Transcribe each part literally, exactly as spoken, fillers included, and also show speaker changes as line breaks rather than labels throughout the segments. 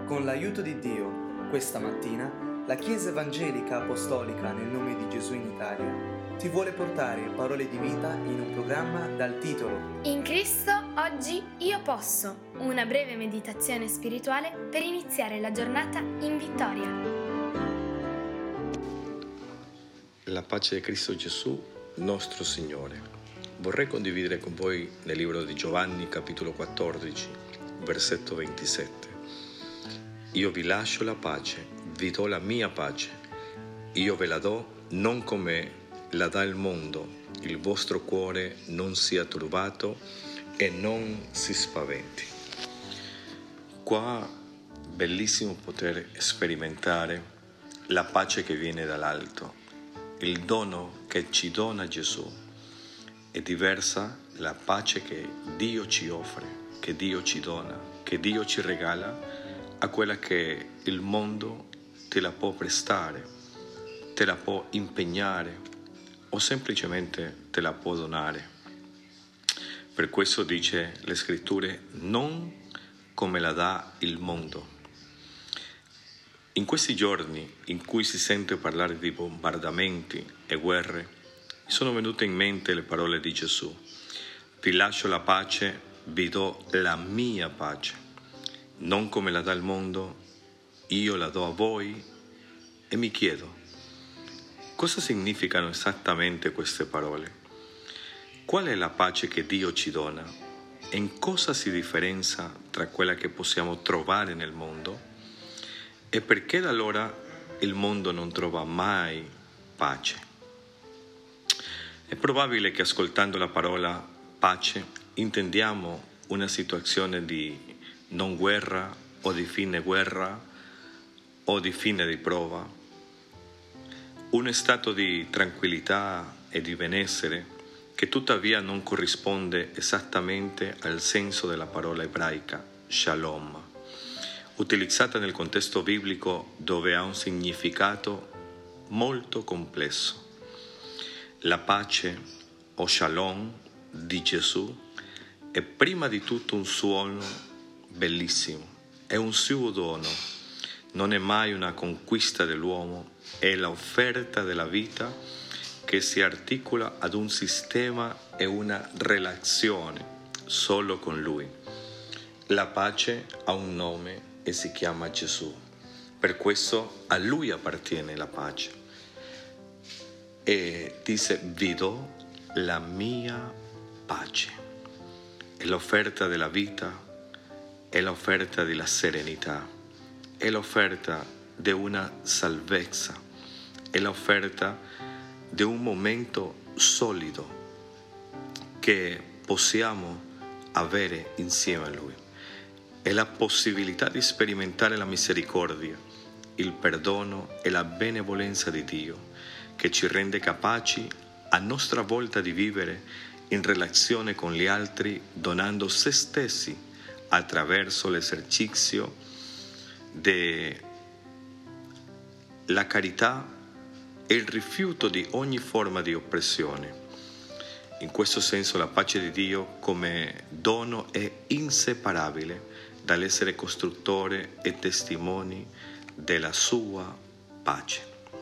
Con l'aiuto di Dio, questa mattina, la Chiesa Evangelica Apostolica nel nome di Gesù in Italia ti vuole portare parole di vita in un programma dal titolo
In Cristo oggi io posso, una breve meditazione spirituale per iniziare la giornata in vittoria.
La pace di Cristo Gesù, nostro Signore. Vorrei condividere con voi nel libro di Giovanni, capitolo quattordici, versetto ventisette. Io vi lascio la pace, vi do la mia pace. Io ve la do non come la dà il mondo. Il vostro cuore non sia turbato e non si spaventi. Qua bellissimo poter sperimentare la pace che viene dall'alto, il dono che ci dona Gesù. È diversa la pace che Dio ci offre, che Dio ci dona, che Dio ci regala, a quella che il mondo te la può prestare, te la può impegnare o semplicemente te la può donare. Per questo dice le scritture, non come la dà il mondo. In questi giorni in cui si sente parlare di bombardamenti e guerre, mi sono venute in mente le parole di Gesù. Vi lascio la pace, vi do la mia pace. Non come la dà il mondo, io la do a voi e mi chiedo, cosa significano esattamente queste parole? Qual è la pace che Dio ci dona? E in cosa si differenzia tra quella che possiamo trovare nel mondo? E perché da allora il mondo non trova mai pace? È probabile che ascoltando la parola pace intendiamo una situazione di non guerra o di fine guerra o di fine di prova, un stato di tranquillità e di benessere che tuttavia non corrisponde esattamente al senso della parola ebraica shalom, utilizzata nel contesto biblico dove ha un significato molto complesso. La pace o shalom di Gesù è prima di tutto un suono bellissimo, è un suo dono, non è mai una conquista dell'uomo, è l'offerta della vita che si articola ad un sistema e una relazione solo con Lui. La pace ha un nome e si chiama Gesù, per questo a Lui appartiene la pace. E dice, vi do la mia pace, è l'offerta della vita, è l'offerta della serenità, è l'offerta di una salvezza, è l'offerta di un momento solido che possiamo avere insieme a Lui. È la possibilità di sperimentare la misericordia, il perdono e la benevolenza di Dio che ci rende capaci a nostra volta di vivere in relazione con gli altri donando se stessi attraverso l'esercizio della carità e il rifiuto di ogni forma di oppressione. In questo senso la pace di Dio come dono è inseparabile dall'essere costruttore e testimoni della sua pace.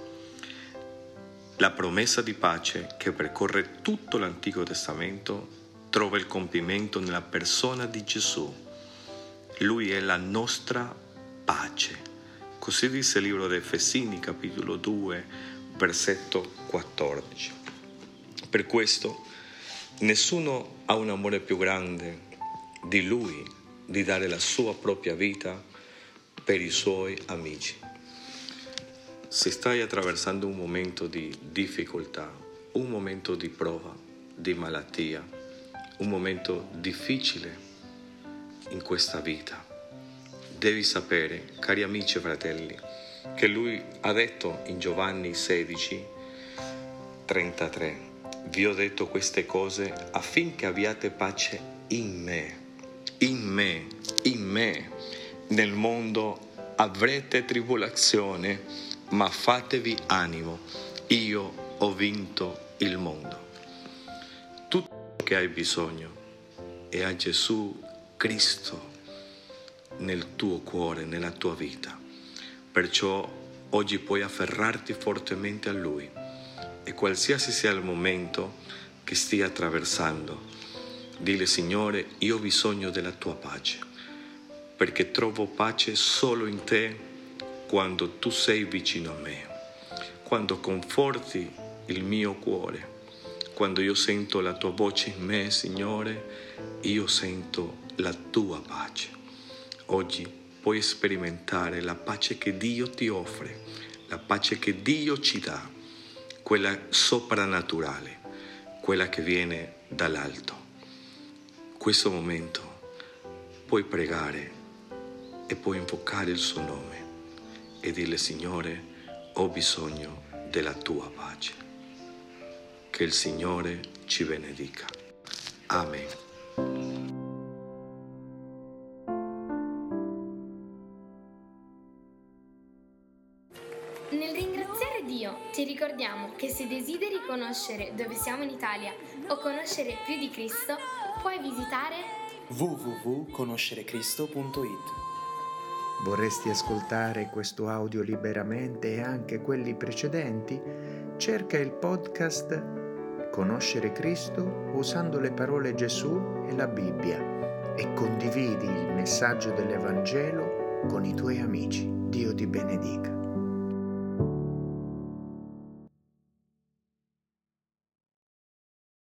La promessa di pace che percorre tutto l'Antico Testamento trova il compimento nella persona di Gesù. Lui è la nostra pace. Così dice il libro di Efesini, capitolo due, versetto quattordici. Per questo nessuno ha un amore più grande di Lui, di dare la sua propria vita per i suoi amici. Se stai attraversando un momento di difficoltà, un momento di prova, di malattia, un momento difficile in questa vita, devi sapere, cari amici e fratelli, che Lui ha detto in Giovanni sedici, trentatré, vi ho detto queste cose affinché abbiate pace in me, in me, in me. Nel mondo avrete tribolazione, ma fatevi animo, io ho vinto il mondo. Tutto che hai bisogno è a Gesù Cristo nel tuo cuore, nella tua vita. Perciò oggi puoi afferrarti fortemente a Lui e qualsiasi sia il momento che stia attraversando, dile: Signore, io ho bisogno della tua pace, perché trovo pace solo in te quando tu sei vicino a me, quando conforti il mio cuore, quando io sento la tua voce in me, Signore, io sento la tua pace. Oggi puoi sperimentare la pace che Dio ti offre, la pace che Dio ci dà, quella soprannaturale, quella che viene dall'alto. In questo momento puoi pregare e puoi invocare il suo nome e dirle: Signore, ho bisogno della tua pace. Che il Signore ci benedica. Amen.
Nel ringraziare Dio ti ricordiamo che se desideri conoscere dove siamo in Italia o conoscere più di Cristo, puoi visitare
w w w punto conoscere cristo punto i t.
Vorresti ascoltare questo audio liberamente e anche quelli precedenti? Cerca il podcast Conoscere Cristo usando le parole Gesù e la Bibbia e condividi il messaggio dell'Evangelo con i tuoi amici. Dio ti benedica.